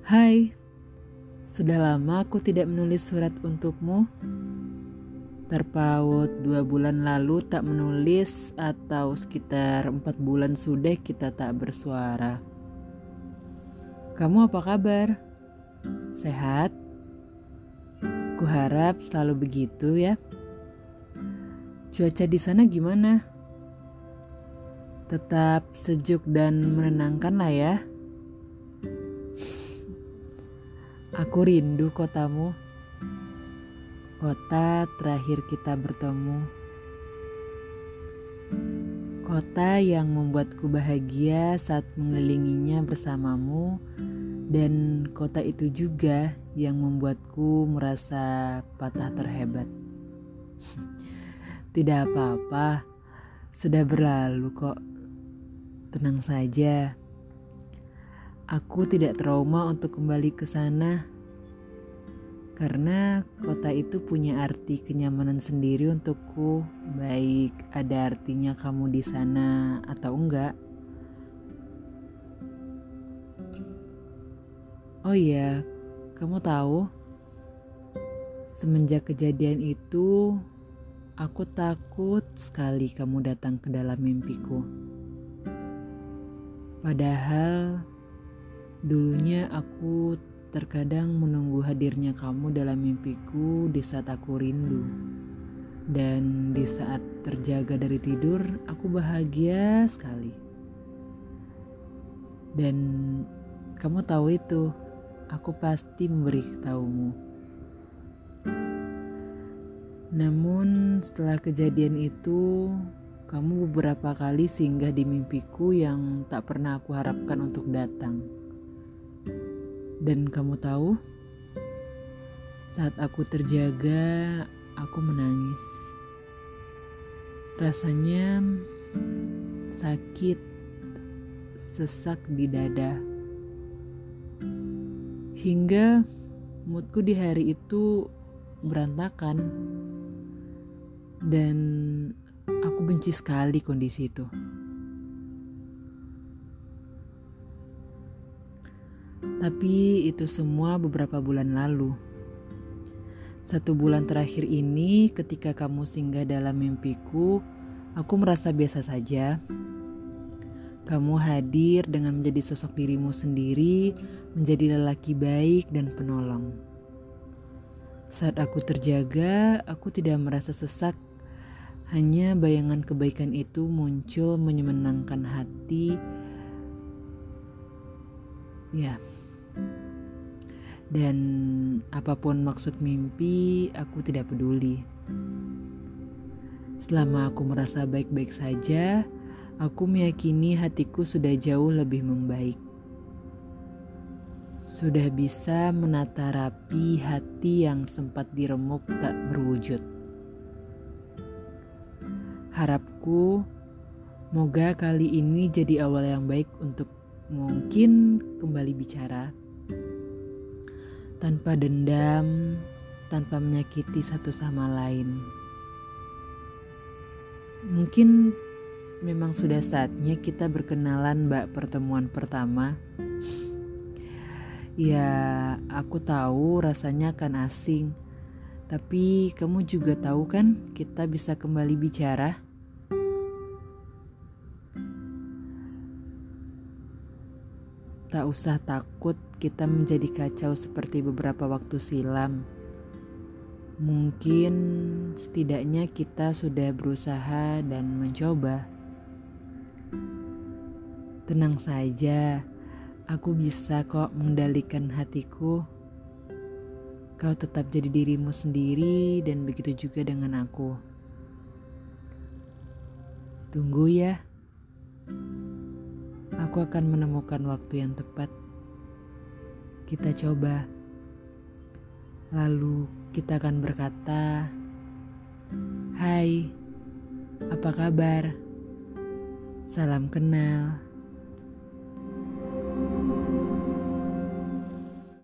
Hai, sudah lama aku tidak menulis surat untukmu. Terpaut 2 bulan lalu tak menulis, atau sekitar 4 bulan sudah kita tak bersuara. Kamu apa kabar? Sehat? Kuharap selalu begitu ya. Cuaca di sana gimana? Tetap sejuk dan menenangkan lah ya. Aku rindu kotamu. Kota terakhir kita bertemu. Kota yang membuatku bahagia saat mengelilinginya bersamamu. Dan kota itu juga yang membuatku merasa patah terhebat. Tidak apa-apa, sudah berlalu kok. Tenang saja. Aku tidak trauma untuk kembali ke sana. Karena kota itu punya arti kenyamanan sendiri untukku, baik ada artinya kamu di sana atau enggak. Oh iya, kamu tahu, semenjak kejadian itu, aku takut sekali kamu datang ke dalam mimpiku. Padahal dulunya aku terkadang menunggu hadirnya kamu dalam mimpiku di saat aku rindu. Dan di saat terjaga dari tidur, aku bahagia sekali. Dan kamu tahu itu, aku pasti memberitahumu. Namun setelah kejadian itu, kamu beberapa kali singgah di mimpiku yang tak pernah aku harapkan untuk datang. Dan kamu tahu, saat aku terjaga, aku menangis. Rasanya sakit, sesak di dada. Hingga moodku di hari itu berantakan. Dan aku benci sekali kondisi itu. Tapi itu semua beberapa bulan lalu. 1 bulan terakhir ini ketika kamu singgah dalam mimpiku, aku merasa biasa saja. Kamu hadir dengan menjadi sosok dirimu sendiri, menjadi lelaki baik dan penolong. Saat aku terjaga, aku tidak merasa sesak. Hanya bayangan kebaikan itu muncul menyenangkan hati. Ya. Dan apapun maksud mimpi, aku tidak peduli. Selama aku merasa baik-baik saja, aku meyakini hatiku sudah jauh lebih membaik. Sudah bisa menata rapi hati yang sempat diremuk tak berwujud. Harapku, moga kali ini jadi awal yang baik untuk mungkin kembali bicara. Tanpa dendam, tanpa menyakiti satu sama lain. Mungkin memang sudah saatnya kita berkenalan bak pertemuan pertama. Ya, aku tahu rasanya akan asing. Tapi kamu juga tahu kan kita bisa kembali bicara. Tak usah takut kita menjadi kacau seperti beberapa waktu silam. Mungkin setidaknya kita sudah berusaha dan mencoba. Tenang saja, aku bisa kok mengendalikan hatiku. Kau tetap jadi dirimu sendiri dan begitu juga dengan aku. Tunggu ya. Aku akan menemukan waktu yang tepat. Kita coba. Lalu kita akan berkata, "Hai, apa kabar? Salam kenal."